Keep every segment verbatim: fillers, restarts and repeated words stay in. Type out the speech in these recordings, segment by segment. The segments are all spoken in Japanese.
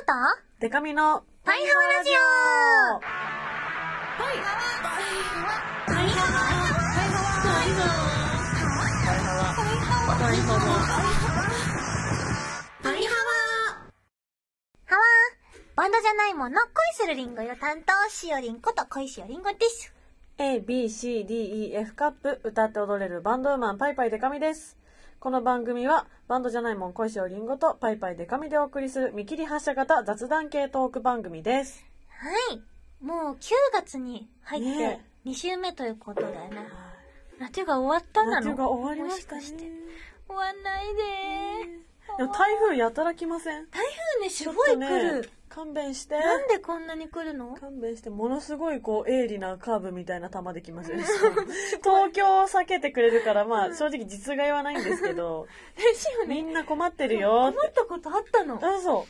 とデカミのパイハワラジオ。 パイハワパイハワパイハワパイハワパイハワパイハワパイハハワーバンドじゃないもの恋するリンゴよ担当しおりんこと恋しおりんごです。 A、B、C、D、E、F カップ歌って踊れるバンドウーマンパイパイデカミです。この番組はバンドじゃないもん恋しおりんごとパイパイデカミでお送りする見切り発車型雑談系トーク番組です。 はい、もうくがつに入ってに週目ということだよね。夏が終わったなの。 夏が終わりましたね。 もしかして終わんないでー。 でも台風やたら来ません？ 台風ね、すごい来る、 ね、勘弁して。 なんでこんなに来るの？ 勘弁して。ものすごいこう鋭利なカーブみたいな球できますよね。東京を避けてくれるから、まあ正直実害はないんですけどみんな困ってるよって。 困ったことあったの。 あ、そう。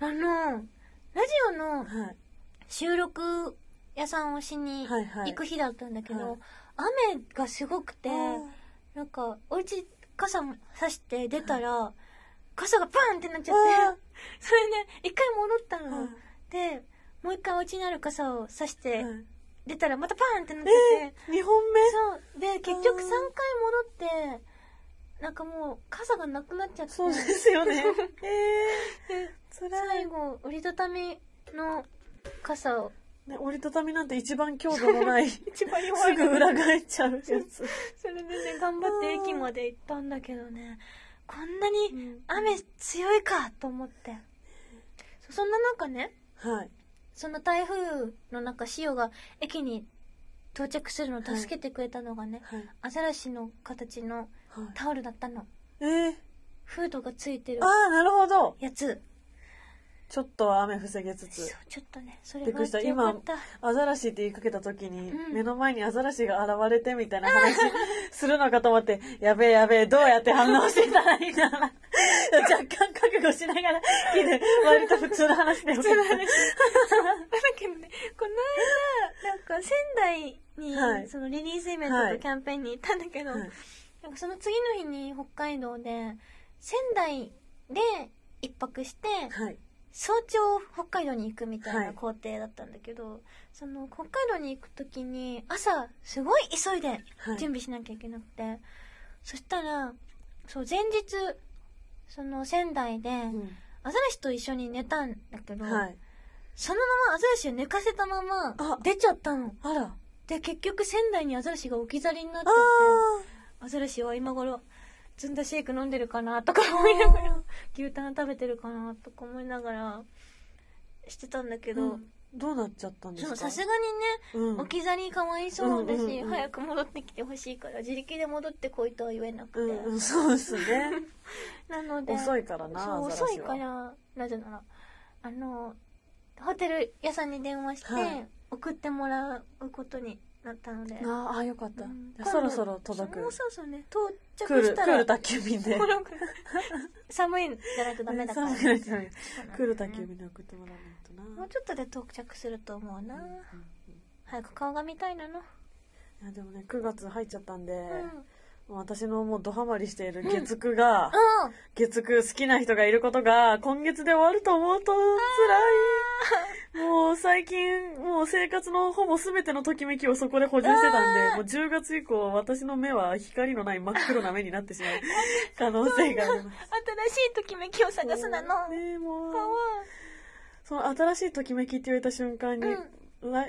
あのラジオの収録屋さんをしに行く日だったんだけど、はいはい、雨がすごくて、なんかお家傘さして出たら、傘がバーンってなっちゃって、それで、ね、一回戻ったの、うん、でもう一回お家にある傘をさして出たらまたバーンってなっちゃって、 えー、にほんめそうで結局さんかい戻ってなんかもう傘がなくなっちゃって。 そうですよね。えー、 で最後折りたたみの傘を、 ね、折りたたみなんて一番強度のない一番弱いすぐ裏返っちゃうやつ。 それでね頑張って駅まで行ったんだけどね、こんなに雨強いかと思って、うん、そんな中ね、 はい、その台風の中シオが駅に到着するのを助けてくれたのがね、はいはい、アザラシの形のタオルだったの、はい、 えー、 フードがついてるあー、なるほどやつ。 ちょっとは雨防げつつ。 そう、ちょっとね、それがあってよかった。今、アザラシって言いかけた時に、うん、目の前にアザラシが現れてみたいな話するのかと思って、やべえやべえ、どうやって反応してたらいいんだな。若干覚悟しながら聞いて、割と普通の話でよかった。普通の話。だけどね、この間、なんか仙台に、はい、そのリリースイベントとキャンペーンに行ったんだけど、はい、なんかその次の日に北海道で、仙台で一泊して、はい、早朝北海道に行くみたいな工程だったんだけど、はい、その北海道に行くときに朝すごい急いで準備しなきゃいけなくて、はい、そしたらそう前日その仙台で、うん、アザラシと一緒に寝たんだけど、はい、そのままアザラシを寝かせたまま出ちゃったの。 あら。 で結局仙台にアザラシが置き去りになっちゃって、アザラシは今頃ずんだシェイク飲んでるかなとか思いながら牛タン食べてるかなとか思いながらしてたんだけど、うん、 どうなっちゃったんですか？ さすがにね、うん、置き去りかわいそうだし、うんうんうん、早く戻ってきてほしいから自力で戻ってこいとは言えなくて、 うんうん、そうですねなので遅いからな。 そう遅いから、なぜならあのホテル屋さんに電話して、はい、送ってもらうことになったので、 ああよかった、うん、そろそろ届く。 そうそうそうね、到着したらクール宅急便で寒いんじゃないとダメだから、ね、 寒いじゃないクール宅急便で送ってもらわないとな。 もうちょっとで到着すると思うな、うんうんうん、早く顔が見たいなの。いやでもねくがつ入っちゃったんで、うん、私のもうドハマりしている月9が、うん、月9好きな人がいることが今月で終わると思うと辛い。もう最近もう生活のほぼ全てのときめきをそこで補充してたんで、もうじゅうがつ以降私の目は光のない真っ黒な目になってしまう可能性があります。 新しいときめきを探すなの。 ね、もうその新しいときめきって言われた瞬間に、うん、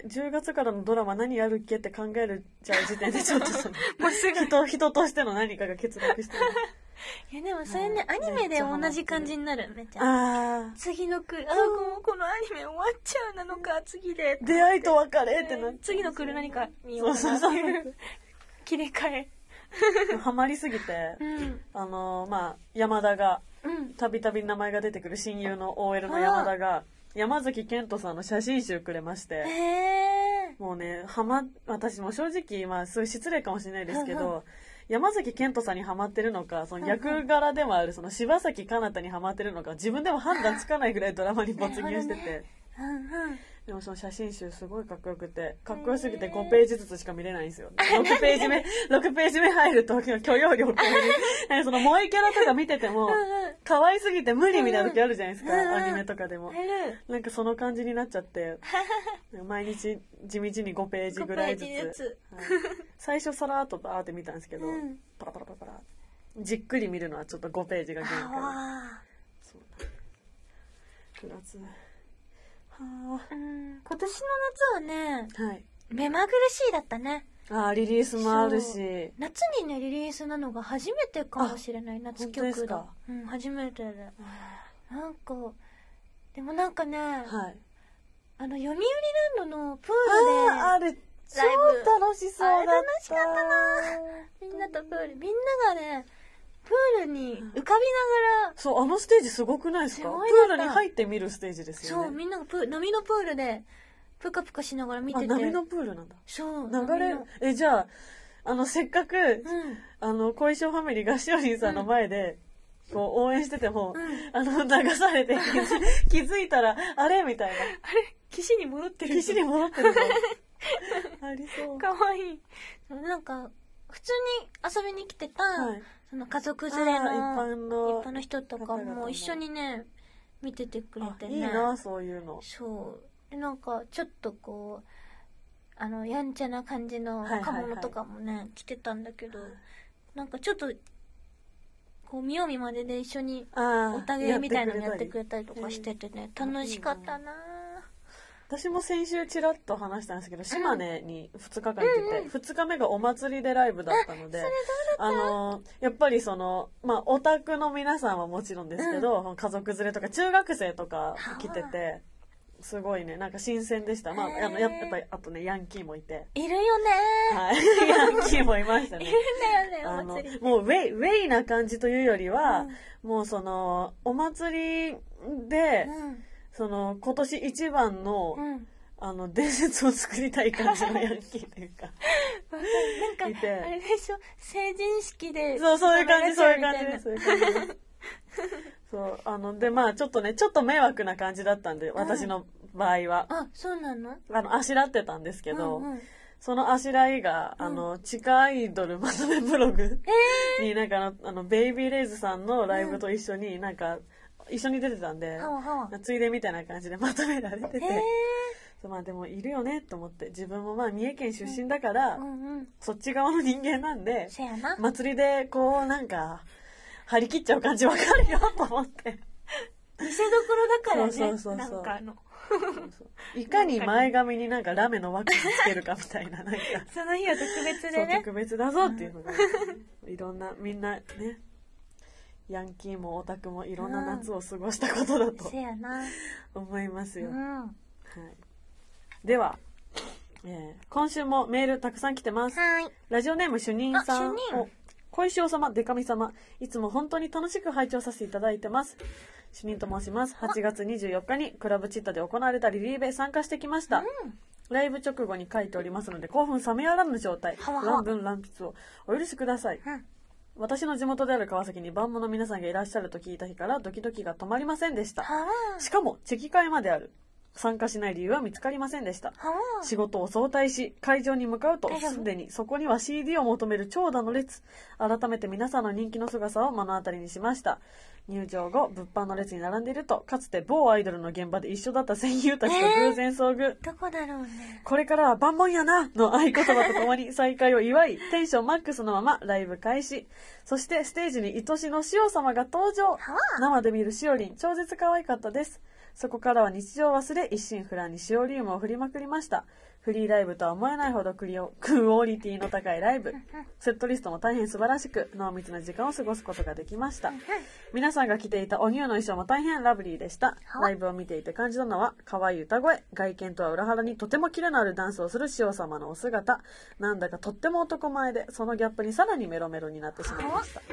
じゅうがつからのドラマ何やるっけって考えるじゃう時点でちょっとそのもうすぐ 人, 人としての何かが欠落してる。 いやでもそれね、アニメで同じ感じになる。めっちゃあ次の来る、ああもうこのアニメ終わっちゃうなのか次で出会いと別れってなって、 次の来る何か見ようかなっていう切り替えハマりすぎて、うん、あのまあ山田がたびたび名前が出てくる親友の オーエル の山田が山崎賢人さんの写真集くれまして、 へもうねはま私も正直まあそういう失礼かもしれないですけど山崎賢人さんにハマってるのか、その役柄でもあるその柴咲奏太にハマってるのか自分でも判断つかないぐらいドラマに没入してて、 でもその写真集すごいかっこよくて、かっこよすぎてごページずつしか見れないんですよ。ろくページ目、ろくページ目入ると許容量を超える。なんかその萌えキャラとか見てても、可愛すぎて無理みたいな時あるじゃないですか、アニメとかでも。なんかその感じになっちゃって、毎日地道にごページぐらいずつ。はい、最初さらっとバーって見たんですけど、うん、パラパラパラパラ。じっくり見るのはちょっとごページが限界。そうくがつ。はあ、うん、 今年の夏はね、 はい、 目まぐるしいだったね。 ああ、リリースもあるし。 夏にね、リリースなのが初めてかもしれない。夏曲だ。うん、初めてで。なんか、でもなんかね、はい、あの、読売ランドのプールで、 あある、超楽しそうだった。 楽しかったな。みんなとプール、みんながね、プールに浮かびながら、 うん、そう、あのステージすごくないですか？プールに入って見るステージですよね。 そう、みんながプール、波のプールで、ぷかぷかしながら見てて。 あ、波のプールなんだ。 そう。 流れ、え、じゃあ、あの、せっかく、うん、あの、小石ファミリーがしおりんさんの前で、うん、こう、応援してても、うん、あの、流されて気づいたら、あれみたいな。 あれ岸に戻ってる。 岸に戻ってるの。ありそう。 かわいい。なんか、普通に遊びに来てた、はい、その家族連れの、 一般の、 一般の人とかも一緒にね、見ててくれてね。 いいな、そういうの。 そう。でなんかちょっとこうあのやんちゃな感じの若者とかもね、はいはいはい、来てたんだけど、なんかちょっとこう見よう見まねで一緒におたげみたいなのやってくれたりとかしててね、楽しかったな。 私も先週ちらっと話したんですけど、島根にふつかかん行ってて、うんうん、ふつかめがお祭りでライブだったので、あのやっぱりそのまあオタクの皆さんはもちろんですけど、うん、家族連れとか中学生とか来てて。すごいね、なんか新鮮でした。まあ、あの、やっぱり、あとね、ヤンキーもいて。 いるよねはい。ヤンキーもいましたね。 いるんだよね、お祭り。 もう、ウェイ、ウェイな感じというよりは、うん、もうその、お祭りで、うん、その、今年一番の、うん、あの、伝説を作りたい感じのヤンキーというか。 なんか、あれでしょ、成人式で。 そう、そういう感じ、そういう感じです。そういう感じ。そうあのでまあちょっとねちょっと迷惑な感じだったんで、私の場合はあそうなのあのあしらってたんですけど、うんうん、そのあしらいが、うん、あの地下アイドルまとめブログに、えー、なんかあのあのベイビーレイズさんのライブと一緒に、うん、なんか一緒に出てたんで、うん、ついでみたいな感じでまとめられてて、えー、まあでもいるよねと思って、自分もまあ三重県出身だから、うんうんうん、そっち側の人間なんで、祭りでこうなんか張り切っちゃう感じわかるよと思って見せどころだからね。 そうそうそうそう、 なんかあのいかに前髪になんかラメのワックスつけるかみたいな、なんかその日は特別でね、 そう特別だぞっていうのが、うん、いろんなみんなねヤンキーもオタクもいろんな夏を過ごしたことだと、 うん、せやな思いますよ、 うんはい、では、えー、今週もメールたくさん来てます。 はい、 ラジオネーム主任さん、 主任小石尾様、デカミ様、いつも本当に楽しく拝聴させていただいてます。主任と申します。はちがつにじゅうよっかにクラブチッタで行われたリリーベ参加してきました。うん、ライブ直後に書いておりますので、興奮冷めやらぬ状態、乱文乱筆をお許しください。うん、私の地元である川崎に万能の皆さんがいらっしゃると聞いた日からドキドキが止まりませんでした。しかも、チェキ会まである。参加しない理由は見つかりませんでした。仕事を早退し、会場に向かうと、すでにそこには シーディー を求める長蛇の列。改めて皆さんの人気の姿を目の当たりにしました。入場後、物販の列に並んでいると、かつて某アイドルの現場で一緒だった戦友たちと偶然遭遇。えー、どこだろうね。 これからは万本やなの合言葉とともに再会を祝い、テンションマックスのままライブ開始。そしてステージに愛しのしお様が登場。生で見るしおりん、超絶可愛かったです。そこからは日常を忘れ、一心不乱にシオリウムを振りまくりました。フリーライブとは思えないほどクリオクオリティの高いライブ。セットリストも大変素晴らしく、濃密な時間を過ごすことができました。皆さんが着ていたおニューの衣装も大変ラブリーでした。ライブを見ていて感じたのは、可愛い歌声、外見とは裏腹にとてもキレのあるダンスをするシオ様のお姿。なんだかとっても男前で、そのギャップにさらにメロメロになってしまいました。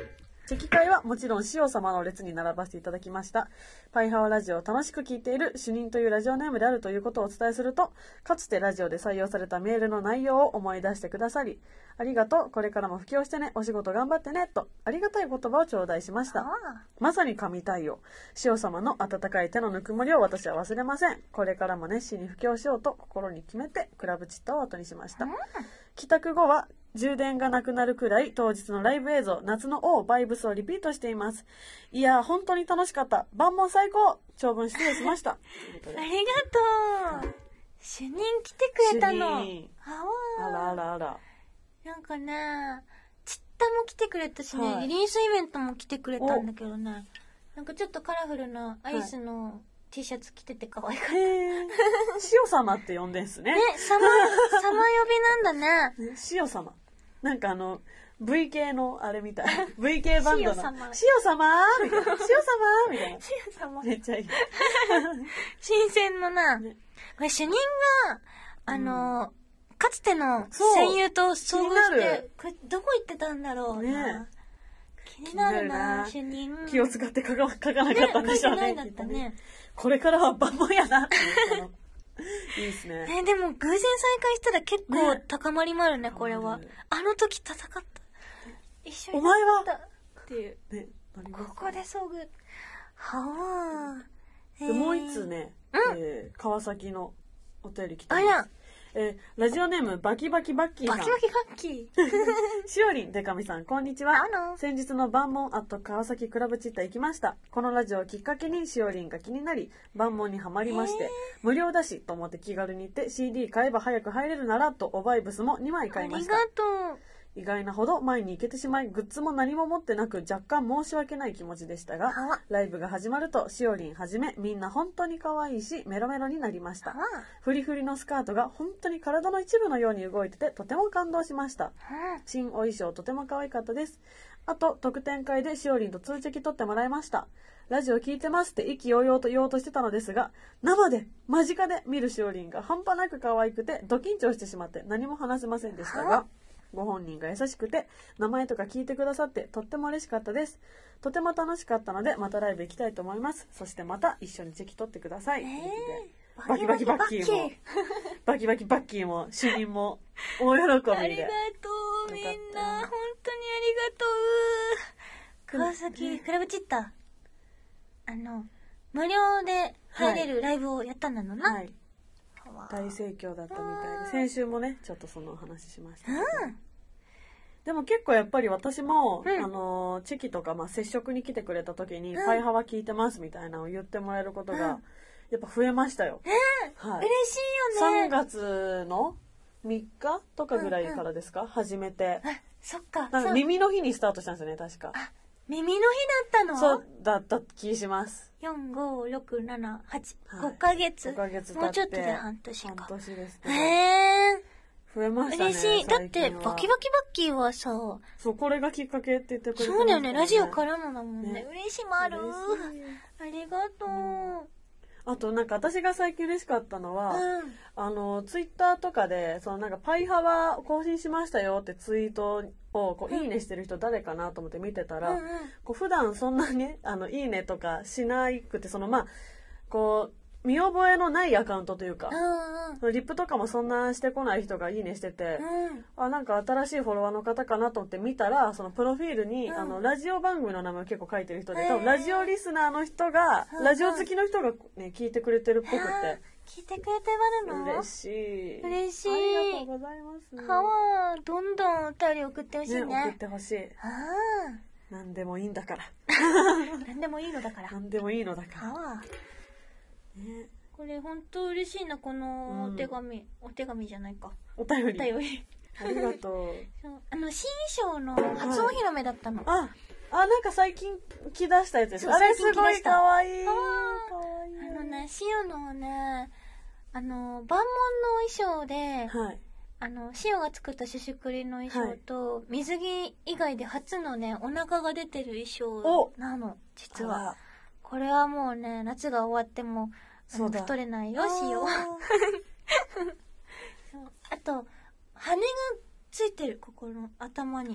チェキ会はもちろん塩様の列に並ばせていただきました。パイハワラジオを楽しく聞いている主任というラジオネームであるということをお伝えすると、かつてラジオで採用されたメールの内容を思い出してくださり、ありがとう、これからも布教してね、お仕事頑張ってね、とありがたい言葉を頂戴しました。まさに神対応。塩様の温かい手のぬくもりを私は忘れません。これからも熱心に布教しようと心に決めてクラブチッタを後にしました。帰宅後は充電がなくなるくらい当日のライブ映像、夏の王バイブスをリピートしています。いやー、本当に楽しかった。万問最高。長文失礼しました。ありがとう。主任来てくれたの。 あらあらあら。 なんかね、チッタも来てくれたしね、はい、リリースイベントも来てくれたんだけどね、なんかちょっとカラフルなアイスの、はい、T シャツ着てて可愛かった。 塩様って呼んでんすね。 ね、様、様呼びなんだね。 塩様。なんかあの、ブイ 系のあれみたい。ブイ 系バンドの。塩様。 塩様みたいな。塩様みたいな。 塩様。 めっちゃいい。 新鮮のな。ね、これ主任が、あの、うん、かつての戦友と遭遇して、これどこ行ってたんだろうな。ね、気になるな、主任。 気を使って書か、書かなかったんでしょうね。 ね、書いてないだったね。 これからは万問やなって思ったの。いいですね。 えー、でも偶然再会したら結構高まりもあるね、ねこれは。あの時戦った。一緒にお前はっていう。 ね、 ここで遭遇。はぁ。で、もう一つね、うん、えー、川崎のお便り来てます。 あら。 えー、ラジオネームバキバキバッキーさん。 バキバキバッキー。 しおりんでかみさん、こんにちは。先日の万問アット川崎クラブチッタ行きました。このラジオをきっかけにしおりんが気になり、万問にはまりまして、無料だしと思って気軽に行って シーディー 買えば早く入れるならとオバイブスもにまい買いました。 ありがとう。 意外なほど前に行けてしまい、グッズも何も持ってなく若干申し訳ない気持ちでしたが、ライブが始まるとしおりんはじめみんな本当に可愛いしメロメロになりました。フリフリのスカートが本当に体の一部のように動いててとても感動しました。新お衣装とても可愛かったです。あと特典会でしおりんと通知取ってもらいました。ラジオ聞いてますって意気揚々と言おうとしてたのですが、生で間近で見るしおりんが半端なく可愛くてド緊張してしまって何も話せませんでしたが、ご本人が優しくて名前とか聞いてくださってとっても嬉しかったです。とても楽しかったのでまたライブ行きたいと思います。そしてまた一緒にチェキ取ってください。えー、バキバキバッキーもバキバキバッキーも主任も大喜びで。 ありがとうみんな、本当にありがとう。川崎クラブチッタ、あの無料で入れるライブをやったんだのな。はい、 大盛況だったみたいで、先週もねちょっとそのお話しましたけど、うん、でも結構やっぱり私も、うん、あのチェキとか、まあ、接触に来てくれた時に、うん、パイハワ聞いてますみたいなのを言ってもらえることが、うん、やっぱ増えましたよ、 うん、はい、嬉しいよね。 さんがつのみっかとかぐらいからですか、うんうん、始めて。 あ、そっか。 なんか耳の日にスタートしたんですよね、確か。 あ、耳の日だったの？ そうだった気します。 よん、ご、ろく、なな、はち、ごかげつ。 ごかげつ経って。 もうちょっとで半年か。 半年ですけど。 へー。 増えましたね。 嬉しい。だって、バキバキバッキーはさ、 そう、これがきっかけって言ってくれてましたね。 そうだよね、ラジオからもだもんね。 ね、 嬉しいもある。ありがとう。うん、 あとなんか私が最近嬉しかったのは、うん、あのツイッターとかでそのなんかパイハワ更新しましたよってツイートをこう、うん、いいねしてる人誰かなと思って見てたら、うんうん、こう普段そんなにあのいいねとかしなくて、そのまあこう見覚えのないアカウントというか、うんうん、リップとかもそんなしてこない人がいいねしてて、うん、あ、なんか新しいフォロワーの方かなと思って見たら、そのプロフィールに、うん、あのラジオ番組の名前を結構書いてる人で、多分ラジオリスナーの人が、うん、ラジオ好きの人が、ね、聞いてくれてるっぽくて、 聞いてくれてまるの？ 嬉しい。 嬉しい。 ありがとうございます。 はわ、どんどんお便り送ってほしいね。 ね、送ってほしい。ああ。なんでもいいんだから。 なんでもいいのだから。 なんでもいいのだから。 はわ。ね。これ本当嬉しいな、このお手紙、うん、お手紙じゃないか、 お便り、 お便りありがとう。 そうあの新衣装の初お披露目だったの、 はい、ああ、なんか最近着出したやつです。あれすごいかわいい。かわいい。あのね、塩のね、あの万問の衣装で、はい、あの塩が作ったシュシュクリの衣装と、はい、水着以外で初のねお腹が出てる衣装なの、実は。これはもうね、夏が終わってもそうだ、太れないよ、塩は。あと羽がついてる、ここの頭に。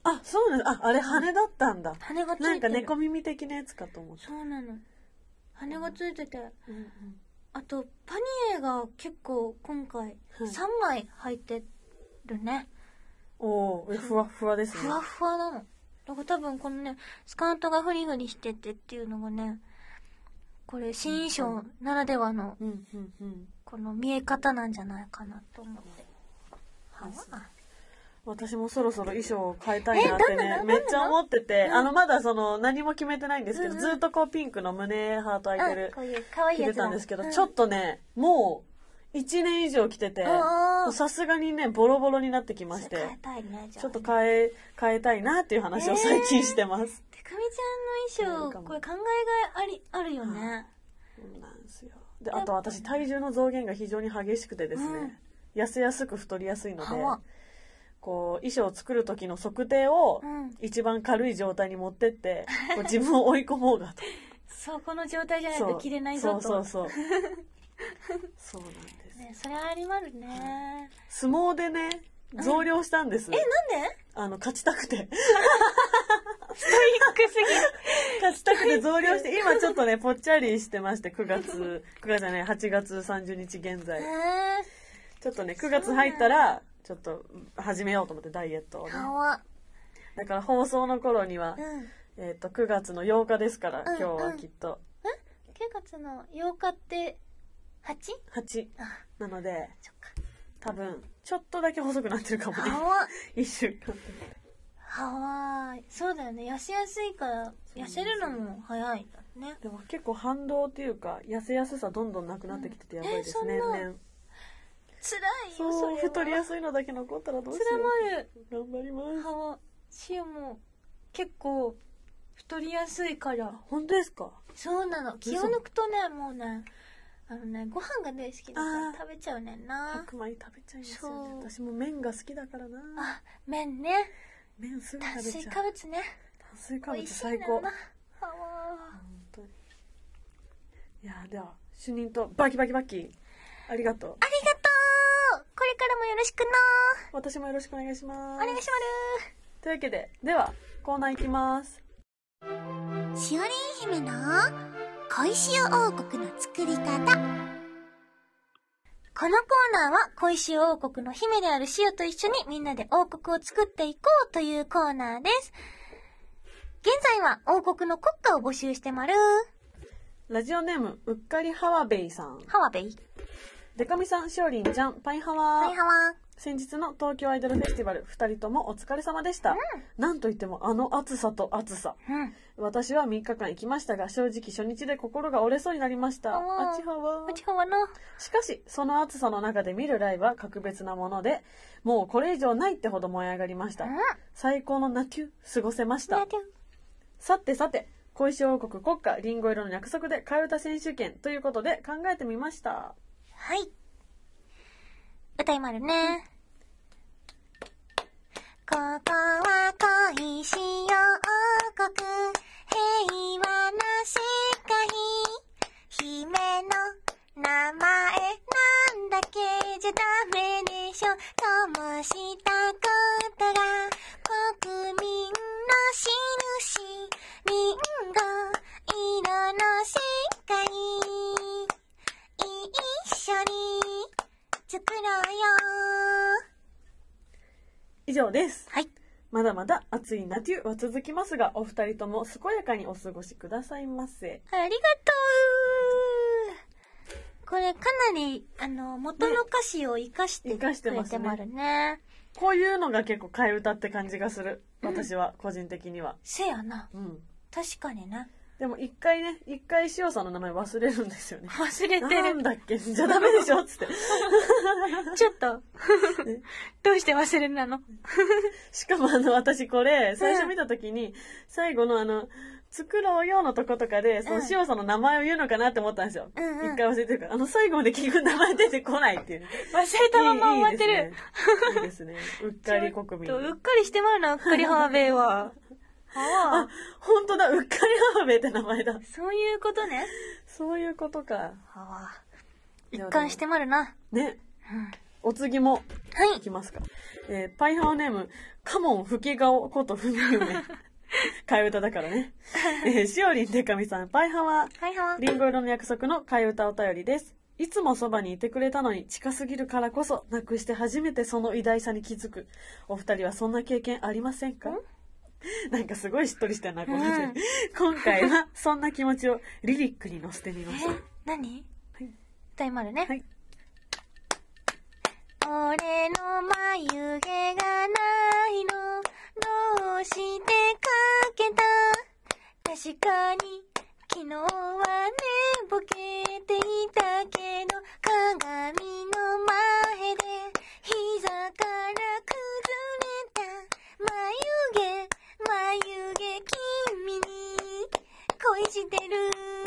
あ、そうなの。あ、あれ羽だったんだ。 羽がついてる。 なんか猫耳的なやつかと思った。 そうなの。羽がついてて。 うんうん、 あと、パニエが結構今回さんまい入ってるね。はい、 おー、ふわふわですね。 ふわふわなの。だから多分このね、スカートがフリフリしててっていうのがね、これ新衣装ならではの、この見え方なんじゃないかなと思って。はあ、 私もそろそろ衣装を変えたいなってね、めっちゃ思ってて、あの、まだその、何も決めてないんですけど、ずっとこうピンクの胸ハート開いてる、着てたんですけど、ちょっとね、もう、いちねん以上着てて、さすがにね、ボロボロになってきまして、ちょっと変え、変えたいなっていう話を最近してます。 てかみちゃんの衣装、これ考えがあり、あるよね。 そうなんですよ。で、あと私、体重の増減が非常に激しくてですね、痩せやすく太りやすいので、こう衣装を作る時の測定を一番軽い状態に持ってって、こう自分を追い込もうがと。 そう、この状態じゃないと着れないぞと。 そうそうそう。そうなんです。 ね、それありまるね。 相撲でね、増量したんです。 え、なんで？ あの、勝ちたくて。 ストイックすぎる。 勝ちたくて増量して、今ちょっとね、ぽっちゃりしてまして、くがつ、くがつじゃない、はちがつさんじゅうにち現在。ちょっとね、くがつ入ったら、ちょっと始めようと思ってダイエットをね。だから放送の頃には、うん、えっとくがつのようかですから、うん、今日はきっと。 うん、くがつのようかって はち？ はち なので、多分ちょっとだけ細くなってるかもね。いっしゅうかん。 はわーい。そうだよね。痩せやすいから痩せるのも早いんだね。 でも結構反動っていうか痩せやすさどんどんなくなってきててやばいですね。うん、年々。 辛いよ。 そう、太りやすいのだけ残ったらどうしよう。 つらまる。 頑張ります。 はしおも結構太りやすいから。 本当ですか？ そうなの。気を抜くとね、もうね、あのね、ご飯が大好きだから食べちゃうねんな。 白米食べちゃいますよね。私も麺が好きだからな。 あ、麺ね。 麺すぐ食べちゃう。 炭水化物ね。 炭水化物最高。はわー。本当に。いやでは主任とバキバキバキありがとう。 ありがとう。これからもよろしくな。 私もよろしくお願いします。 お願いします。 というわけで、ではコーナーいきます。 しおりん姫の恋塩王国の作り方。このコーナーは恋塩王国の姫であるしおと一緒にみんなで王国を作っていこうというコーナーです。現在は王国の国歌を募集してまる。 ラジオネームうっかりハワベイさん。 ハワベイ。 デカミさん、しおりんちゃん、パイハワー。 パイハワー。 先日の東京アイドルフェスティバル、二人ともお疲れ様でした。うん、なんといってもあの暑さと暑さ。うん、私はみっかかん行きましたが、正直初日で心が折れそうになりました。あちはわ。 あちはわな。 しかし、その暑さの中で見るライブは格別なもので、もうこれ以上ないってほど燃え上がりました。うん、最高のナテュ過ごせました。さてさて、恋塩王国国歌リンゴ色の約束で替え歌選手権ということで考えてみました。 はい。歌いまるね。ここは恋しよう王国、平和な世界。姫の名前なんだけじゃダメでしょ。ともしたことが国民の印。リンゴ色の世界。一緒に作ろうよ。 以上です。 はい。 まだまだ暑い夏は続きますが、お二人とも健やかにお過ごしくださいませ。 ありがとう。これかなりあの元の歌詞を生かしてくれてまるね。 こういうのが結構替え歌って感じがする。私は個人的には。 せやな。うん。確かにな。 でも一回ね、一回しおさんの名前忘れるんですよね。 忘れてる。 なんだっけじゃダメでしょつって。 ちょっと。どうして忘れるなのしかもあの、私これ、最初見たときに、うん、最後のあの、作ろうよのとことかで、そのしおさんの名前を言うのかなって思ったんですよ。うんうん、一回忘れてるから。あの、最後まで聞く名前出てこないっていう。 忘れたまま終わってる。 いいですね。いいですね。うっかり国民。 うっかりしてまうな、うっかりハーベイは。 あ、ほんとだ、うっかりハーベイって名前だ。 そういうことね。 そういうことか。はあ、一貫してまるな。 ね。 お次も、 はい。 いきますか。えー、パイハワネーム、カモン吹き顔ことふみゆめ。替え歌だからね。えー、しおりんでかみさん、パイハワ。 パイハワ。 リンゴ色の約束の替え歌お便りです。いつもそばにいてくれたのに近すぎるからこそ、なくして初めてその偉大さに気づく。お二人はそんな経験ありませんか？んなんかすごいしっとりしてんな、この、うん、今回はそんな気持ちをリリックに乗せてみました。 え、何？はい。歌いまるね。 はい。 俺の眉毛がないの、どうしてかけた？確かに昨日は寝ぼけていたけど、鏡の前で膝から崩れた眉毛、眉毛君に恋してる。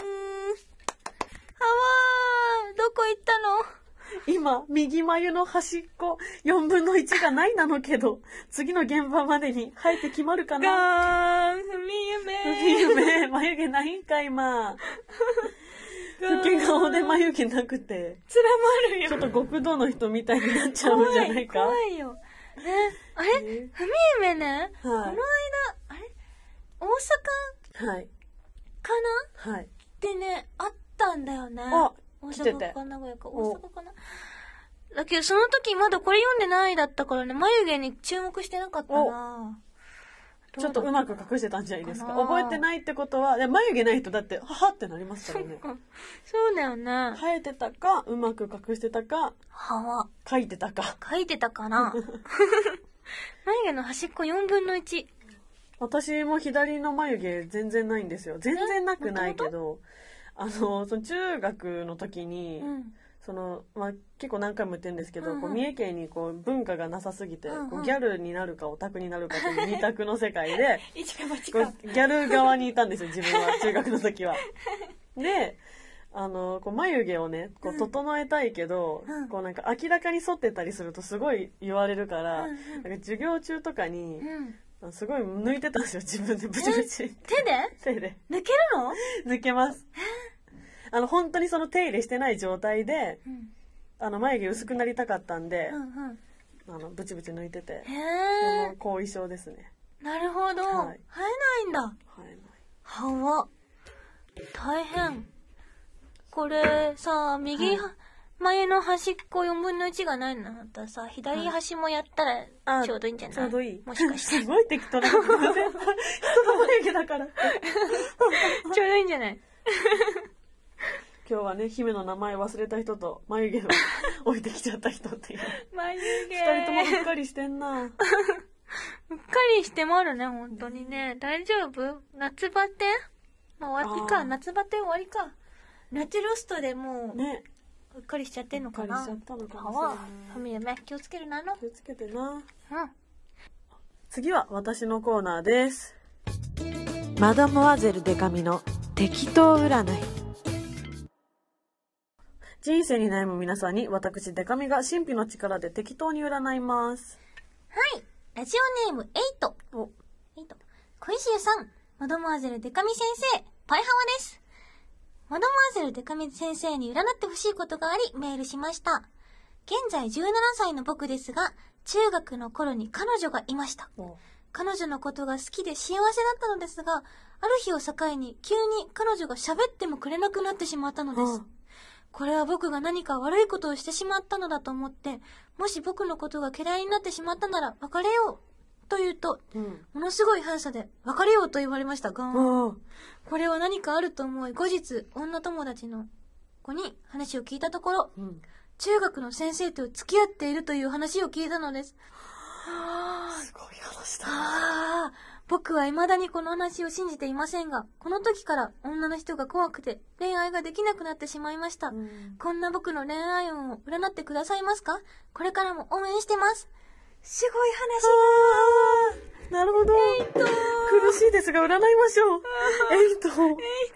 あわー、どこ行ったの？ 今、右眉の端っこ、よんぶんのいちがないなのけど、次の現場までに生えて決まるかな。 ガーン、ふみゆめ。 ふみゆめ、眉毛ないんか、今。老け顔で眉毛なくて。 つらまるよ。 ちょっと極道の人みたいになっちゃうんじゃないか。 怖い、怖いよ。え、あれ、えふみゆめね、はい、この間、あれ大阪はいかな、 はい。 でね、あったんだよね。 あ、 大阪か名古屋か、大阪かな。だけどその時まだこれ読んでないだったからね、眉毛に注目してなかったな。 ちょっとうまく隠してたんじゃないですか。覚えてないってことは、眉毛ないとだって、ははってなりますからね。 そうだよね。 生えてたか、うまく隠してたか、 はわ。 書いてたか。 書いてたかな。眉毛の端っこよんぶんのいち。 私も左の眉毛全然ないんですよ。全然なくないけど、あの、その中学の時に、うん、その、まあ、結構何回も言ってるんですけど、うんうん、こう三重県にこう文化がなさすぎて、うんうん、こうギャルになるかオタクになるかという二択の世界で、 一か八か。 ギャル側にいたんですよ、自分は、中学の時は。で、あの、こう眉毛をね、こう整えたいけど、うん、こうなんか明らかに剃ってたりするとすごい言われるから、うんうん、なんか授業中とかに、うん、すごい抜いてたんですよ、自分でブチブチ。 手で？ 手で。 抜けるの？ 抜けます。あの、本当にその手入れしてない状態で、うん、あの、眉毛薄くなりたかったんで、うんうん、あの、ブチブチ抜いてて、へー、後遺症ですね。 なるほど。はい、生えないんだ。 生えない。 はわ。大変。これさ、右、はい、眉の端っこよんぶんのいちがないのだったらさ、左端もやったらちょうどいいんじゃない？ ちょうどいい。 もしかして。 すごい適当なこと。人の眉毛だから。 ちょうどいいんじゃない？ 今日はね、姫の名前忘れた人と眉毛を置いてきちゃった人っていう。 眉毛。 二人ともうっかりしてんな。 うっかりしてもあるね、本当にね。大丈夫？夏バテ？まあ、終わりか。夏バテ終わりか。夏ロストでもう、ね、うっかりしちゃってんのかな。 うっかりしちゃったのかもしれない。 フミヤめ、気をつけるなの。 気をつけてな。うん。 次は私のコーナーです。マダモアゼルデカミの適当占い。人生に悩む皆さんに私デカミが神秘の力で適当に占います。 はい。ラジオネームエイト。お。エイト。小石さん、マダモアゼルデカミ先生、パイハワです。マダモアゼルデカミ先生に占ってほしいことがありメールしました。現在じゅうななさいの僕ですが、中学の頃に彼女がいました。彼女のことが好きで幸せだったのですが、ある日を境に急に彼女が喋ってもくれなくなってしまったのです。これは僕が何か悪いことをしてしまったのだと思って、もし僕のことが嫌いになってしまったなら別れようと言うと、うん、ものすごい反射で別れようと言われましたが、これは何かあると思い、後日女友達の子に話を聞いたところ、うん、中学の先生と付き合っているという話を聞いたのです。 すごい話だ。 あ僕は未だにこの話を信じていませんが、この時から女の人が怖くて恋愛ができなくなってしまいました。うん、こんな僕の恋愛運を占ってくださいますか？これからも応援してます。すごい話だ。なるほど。 エイト苦しいですが占いましょう。エイト。エイト。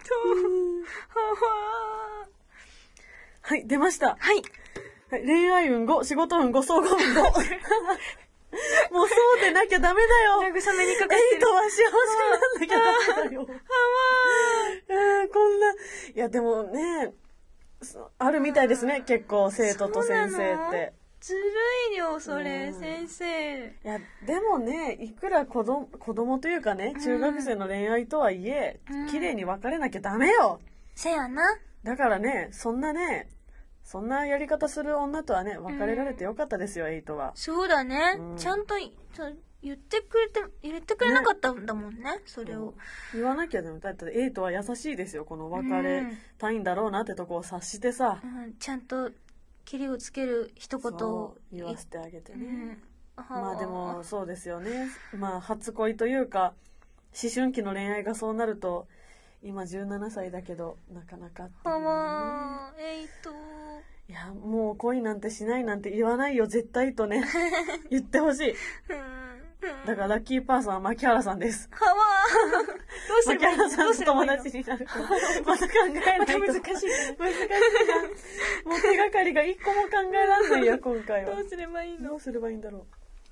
はい、出ました。 はい。 はい、恋愛運ご、仕事運ご、総合運ご。もうそうでなきゃダメだよ。 慰めにかかってる。 エイトは幸せなんなきゃダメだよ。はわー。こんな。いやでもね、あるみたいですね、結構生徒と先生って。 ずるいよそれ、うん、先生。 いやでもね、いくら子供子供というかね、中学生の恋愛とはいえ、うん、綺麗に別れなきゃダメよ。 せやな。 だからね、そんなね、そんなやり方する女とはね、別れられてよかったですよ、うん、エイトは。 そうだね、うん、ちゃんと言ってくれて、言ってくれなかったんだもんね、ね、それを。 言わなきゃでも、だってエイトは優しいですよ、この別れたいんだろうなってとこを察してさ。 うん、ちゃんと切りをつける一言を言わせてあげてね。うん、まあでも、そうですよね。まあ、初恋というか、思春期の恋愛がそうなると、今じゅうななさいだけど、なかなかっていうね。 はぁ、エイト。 いや、もう恋なんてしないなんて言わないよ、絶対とね、言ってほしい。だからラッキーパーソンは牧原さんです。 はわー。どうすればいいの？ 牧原さんと友達になるから。また考えないと。 また難しい。 難しいな。もう手がかりが一個も考えられないよ、今回は。 どうすればいいの？ どうすればいいんだろ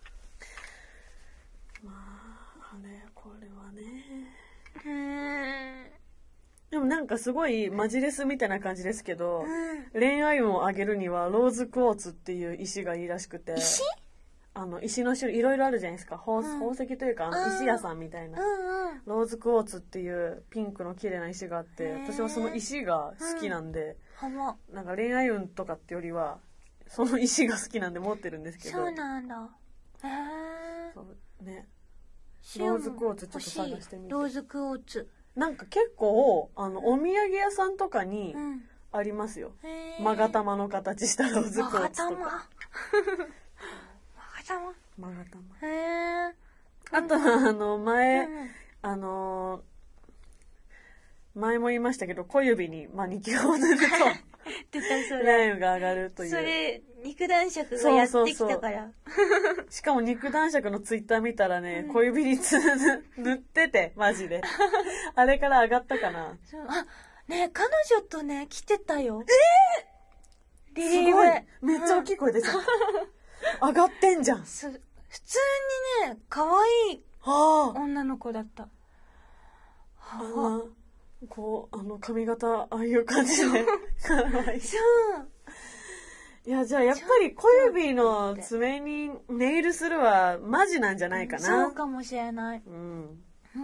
う。まあ、あれ、これはね。 うーん。 でもなんかすごいマジレスみたいな感じですけど、 うん、 恋愛運を上げるにはローズクォーツっていう石がいいらしくて。 石？ あの石の種類いろいろあるじゃないですか。 宝,、うん、宝石というかあの石屋さんみたいな、 うんうん、 ローズクォーツっていうピンクの綺麗な石があって、私はその石が好きなんで、 うん、 なんか恋愛運とかってよりはその石が好きなんで持ってるんですけど。 そうなんだ。へえ。 そうね。ローズクォーツちょっと探してみて。 ローズクォーツなんか結構あのお土産屋さんとかにありますよ。まが玉の形したローズクォーツとか。まがたま。 へー。 あとはあの前、うん、あの前も言いましたけど、小指にマニキュアを塗るとラインが上がるという。 それ肉男爵がやってきたから。 そうそうそうしかも肉男爵のツイッター見たらね、うん、小指につ塗っててマジであれから上がったかな。 そう、あ、ね、彼女とね来てたよ。 えー、リリーベ。すごい、めっちゃ大きい声出ちゃった、うん、上がってんじゃん。 普通にね、可愛い女の子だった。はあ、あの、こう、あの髪型、ああいう感じで。可愛い。 そう。 いや、じゃあやっぱり小指の爪にネイルするはマジなんじゃないかな。 そうかもしれない。 うん。うん。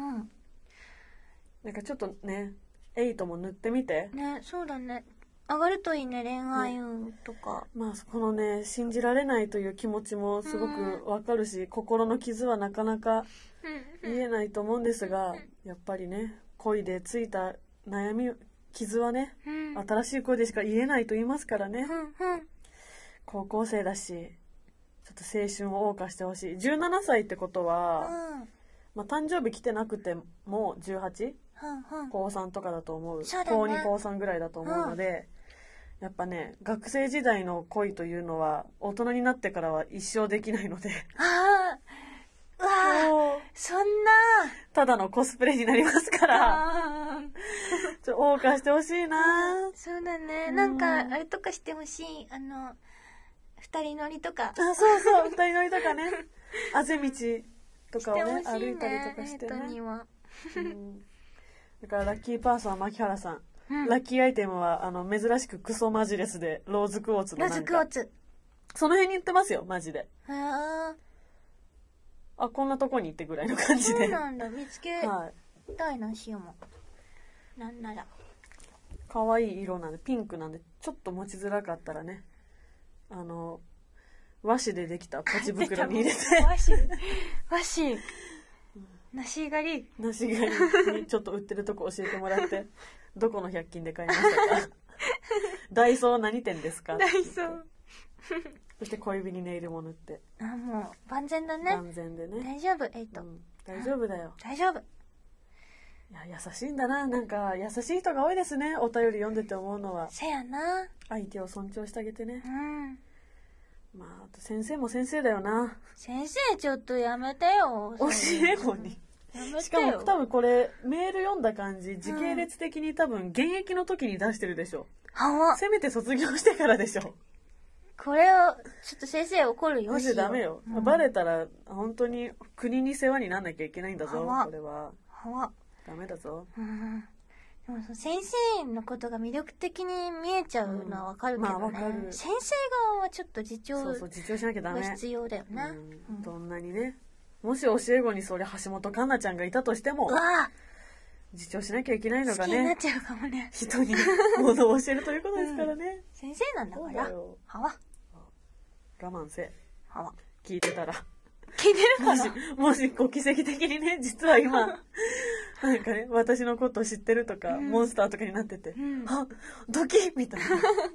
なんかちょっとね、エイトも塗ってみて。 ね、そうだね。上がるといいね、恋愛運とか、 ね、まあこのね、信じられないという気持ちもすごくわかるし、うん、心の傷はなかなか言えないと思うんですが、やっぱりね、恋でついた悩み傷はね、うん、新しい恋でしか言えないと言いますからね、うんうん、高校生だしちょっと青春を謳歌してほしい。じゅうななさいってことは、うん、まあ、誕生日来てなくても じゅうはち？うんうん、こうさんとかだと思う、 そうだね、 こうにこうさんぐらいだと思うので、うん、やっぱね、学生時代の恋というのは大人になってからは一生できないのでああ、うわあ、そんなただのコスプレになりますからちょっと謳歌してほしいな。 そうだね、なんかあれとかしてほしい、あの二人乗りとか。 あ、そうそう、二人乗りとかねあぜ道とかをね、 ね、 歩いたりとかしてね、 にはうん、だからラッキーパーソンは牧原さん、うん、ラッキーアイテムはあの珍しくクソマジレスでローズクォーツのなんかローズクォーツその辺に売ってますよマジで。 へー、 あ、こんなとこに行ってぐらいの感じで。 そうなんだ、見つけたいな、しようも。なんなら可愛い色なんで、ピンクなんでちょっと持ちづらかったらね、あの和紙でできたポチ袋に入れて和紙和紙梨狩り梨狩りにちょっと売ってるとこ教えてもらってどこのひゃく均で買いましたかダイソー何店ですか。 ダイソーそして小指にネイルも塗って、 あ、もう万全だね。 万全でね。 大丈夫、エイト、うん、 大丈夫だよ。 大丈夫。 いや、優しいんだな。なんか優しい人が多いですね、お便り読んでて思うのは。 せやな、 相手を尊重してあげてね。 うん。 まあ、あと先生も先生だよな。 先生ちょっとやめてよ、 教え子に。しかも多分これメール読んだ感じ、時系列的に多分現役の時に出してるでしょ。 は、うん、 せめて卒業してからでしょ。 これをちょっと先生怒るよ。 先生ダメよ、うん、バレたら本当に国に世話になんなきゃいけないんだぞ。これははわダメだぞ、 うん、 でもその先生のことが魅力的に見えちゃうのはわかるけどね、うんまあ、先生側はちょっと自重そうそう自重しなきゃダメ必要だよね、 うんうん、どんなにねもし教え子にそれ橋本環奈ちゃんがいたとしても自重しなきゃいけないのがね好きになっちゃうかもね人にものを教えるということですからね、うん、 先生なんだからはわ我慢せはわ聞いてたら聞いてるかなもしもしこう奇跡的にね実は今なんかね私のことを知ってるとか、うん、モンスターとかになってて、うん、あドキッみたいな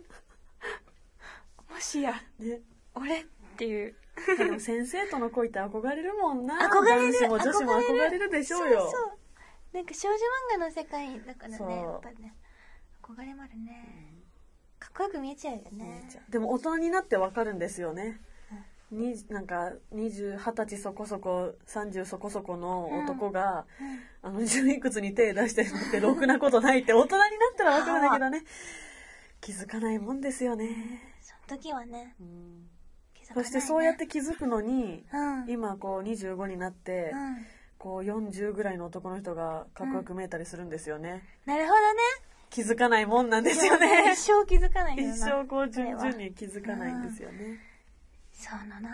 もしや、ね、俺っていうでも先生との恋って憧れるもんな憧れる男子も女子も憧れるでしょうよそうそうなんか少女漫画の世界だからねやっぱね憧れもあるね、うん、かっこよく見えちゃうよねでも大人になってわかるんですよね、うん、になんかにじゅう、はたちそこそこさんじゅうそこそこの男が、うんうん、あのじゅういくつに手出してるのってろくなことないって大人になったらわかるんだけどね気づかないもんですよねその時はね、うんね、そしてそうやって気づくのに、うん、今こうにじゅうごになって、うんこうよんじゅうぐらいの男の人がかっこよく見えたりするんですよね、 うん、なるほどね気づかないもんなんですよね一生気づかないんだ一生こう順々に気づかないんですよね、うん、 そうだな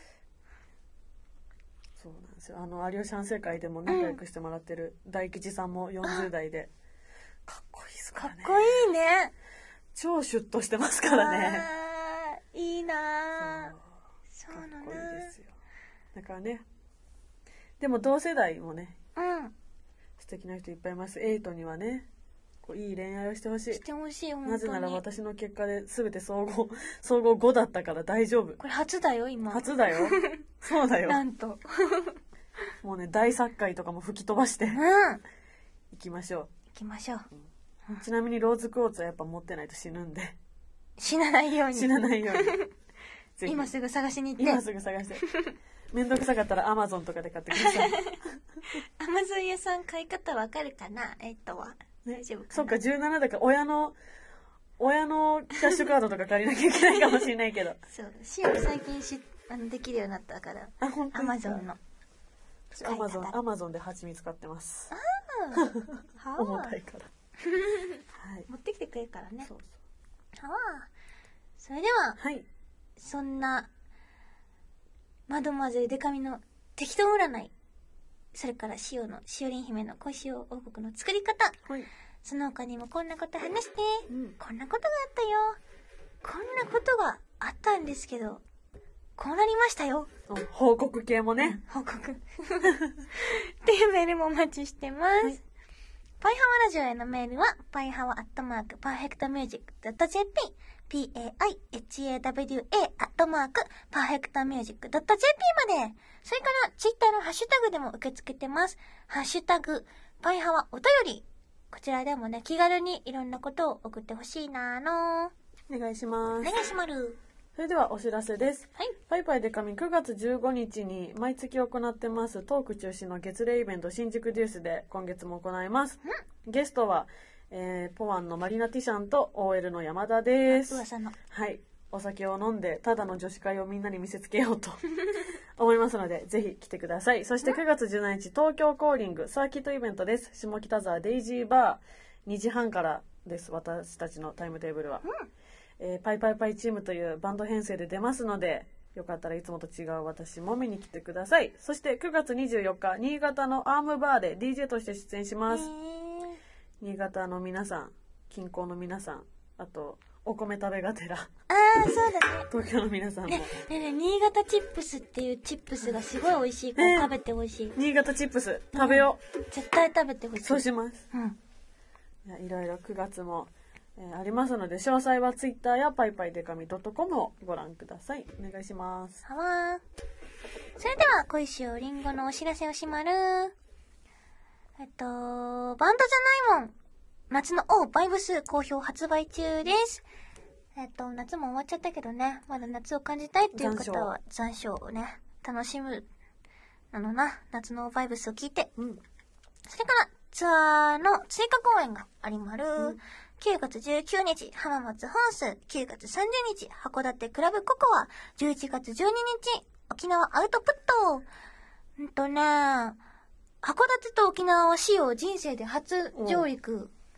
そうなんですよあの有吉反省会でも仲良くしてもらってる大吉さんもよんじゅう代でかっこいいですからねかっこいいね超シュッとしてますからねいいなそうかっこいいですよだからねでも同世代もね、 うん、 素敵な人いっぱいいます。エイトにはね、こういい恋愛をしてほしい。 してほしい本当に。 なぜなら私の結果で全て総合総合ごだったから大丈夫。 これ初だよ今。 初だよ。そうだよ。 なんと。 もうね大殺界とかも吹き飛ばして、うん、行きましょう。 行きましょう。 うん、ちなみにローズクォーツはやっぱ持ってないと死ぬんで。 死なないように。 死なないように。 ぜひ今すぐ探しに行って。 今すぐ探して。めんどくさかったらアマゾンとかで買ってください。 アマゾン屋さん買い方わかるかなえっとは、ね、大丈夫かな。 そっかじゅうななだから親の親のキャッシュカードとか借りなきゃいけないかもしれないけど。 そうシオ最近しあのできるようになったから。 あ本当アマゾンの。 アマゾンアマゾンで蜂蜜買ってます。 ああ。 重たいから。 はい。持ってきてくれるからね。 そうそう。はあ。それでは、 はい、 そんなマドマゼルデカミの適当占い、それからシオのしおりん姫の恋しお王国の作り方、 はい、 その他にもこんなこと話して、 うん、 こんなことがあったよ、こんなことがあったんですけどこうなりましたよ、 報告系もね、 うん、報告っていうメールもお待ちしてます、はい、パイハワラジオへのメールはパイハワアットマークパーフェクトミュージックドット ジェーピーピーエーアイエイチエーダブリューエー アットマークパーフェクトミュージックドット ジェーピー まで。それからツイッターのハッシュタグでも受け付けてます。ハッシュタグパイハワお便り、こちらでもね気軽にいろんなことを送ってほしいなの。 お願いします。 お願いします。 それではお知らせです。 はい。 パイパイデカミくがつじゅうごにちに毎月行ってますトーク中止の月例イベント新宿デュースで今月も行います。 うん、 ゲストはえー、ポワンのマリナティシャンと オーエル の山田です。 噂の。 はい。お酒を飲んでただの女子会をみんなに見せつけようと思いますのでぜひ来てください。そしてくがつじゅうしちにち東京コーリングサーキットイベントです。下北沢デイジーバーにじはんからです。私たちのタイムテーブルは、 うんえー、パイパイパイチームというバンド編成で出ますのでよかったらいつもと違う私も見に来てください。そしてくがつにじゅうよっか新潟のアームバーで ディージェー として出演します。新潟の皆さん、近郊の皆さん、あとお米食べがてら、ああそうだね、 東京の皆さんも、ねねね、新潟チップスっていうチップスがすごい美味しいから、ね、食べてほしい。 新潟チップス食べよう、 うん、絶対食べてほしい。 そうします、 うん、 いやいろいろくがつも、えー、ありますので詳細はツイッターやパイパイデカミ .com をご覧ください。お願いします。 はわー。それでは小石をりんごのお知らせをしまる。えっと、バンドじゃないもん。夏のオーバイブス好評発売中です。えっと、夏も終わっちゃったけどね、まだ夏を感じたいっていう方は残暑をね、楽しむなのな、夏のオーバイブスを聞いて。 うん、 それからツアーの追加公演がありまる。うん、くがつじゅうくにち浜松ホース、くがつさんじゅうにち函館クラブココア、じゅういちがつじゅうににち沖縄アウトプット。んとね、函館と沖縄はシオ人生で初上陸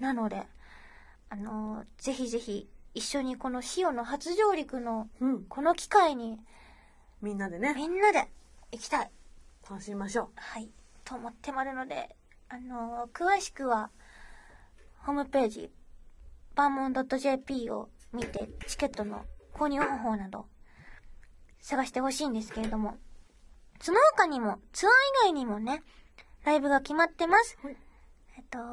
なので、あのー、ぜひぜひ一緒にこのシオの初上陸のこの機会に、 うん、みんなでね、 みんなで行きたい。 楽しみましょう。 はい。と思ってまるので、あのー、詳しくはホームページバーモン .jp を見てチケットの購入方法など探してほしいんですけれども、その他にもツアー以外にもねライブが決まってます。はい、えっと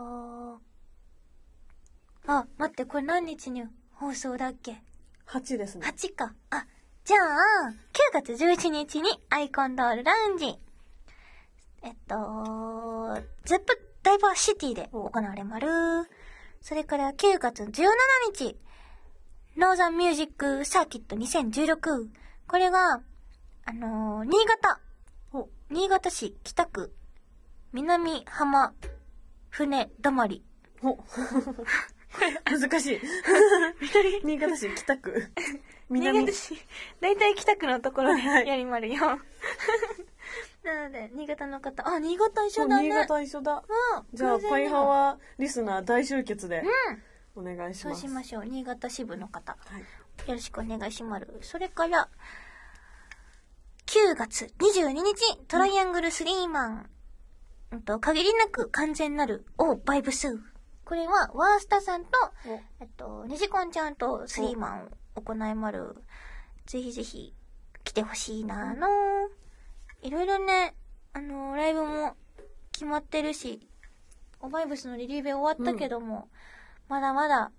あ、待って、これ何日に放送だっけ？ はちですね。 はちか。あ、じゃあくがつじゅういちにちにアイコンドールラウンジ、えっとゼップダイバーシティで行われまる。それからくがつじゅうしちにちノーザンミュージックサーキットにせんじゅうろく、これがあのー、新潟新潟市北区南浜船だまり。 お難しい。新潟市北区南新潟市だいたい北区のところでやりまるよ。なので新潟の方、あ、新潟一緒だね。 新潟一緒だ。うん、じゃあパイハワリスナー大集結でお願いします。 そうしましょう。新潟支部の方、はい、よろしくお願いします。それからくがつにじゅうににちトライアングルスリーマン、うん、と限りなく完全なるオーバイブス。これはワースタさんとえっとニジコンちゃんとスリーマンを行いまる。ぜひぜひ来てほしいなの。いろいろね、あのー、ライブも決まってるし、オバイブスのリリーベ終わったけども、うん、まだまだ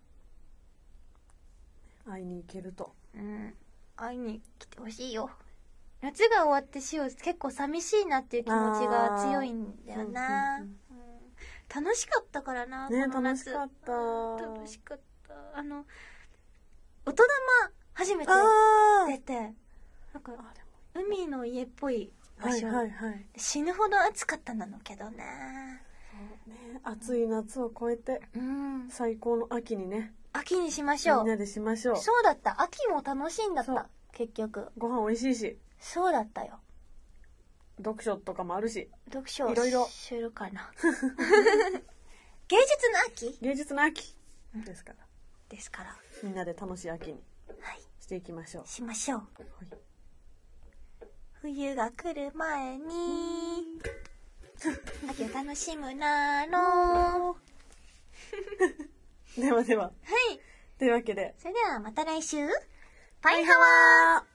会いに行けると。 うん、会いに来てほしいよ。夏が終わってしお結構寂しいなっていう気持ちが強いんだよな。うんうんうん、楽しかったからな、 ね、 この夏。 楽しかった。 楽しかった。あの、音玉初めて出て、なんか海の家っぽい場所、はいはいはい、死ぬほど暑かったんだけどね。 そうね、暑い夏を越えて、うん、最高の秋にね。 秋にしましょう。 みんなでしましょう。 そうだった。秋も楽しいんだった。結局。 ご飯美味しいし。 そうだったよ。 読書とかもあるし。 読書いろいろするかな。芸術の秋？ 芸術の秋ですから。 うん、ですから。 みんなで楽しい秋にしていきましょう。 しましょう。はい、冬が来る前に秋を楽しむなの。 ではでは。はい。 というわけで。 それではまた来週。 パイハワー。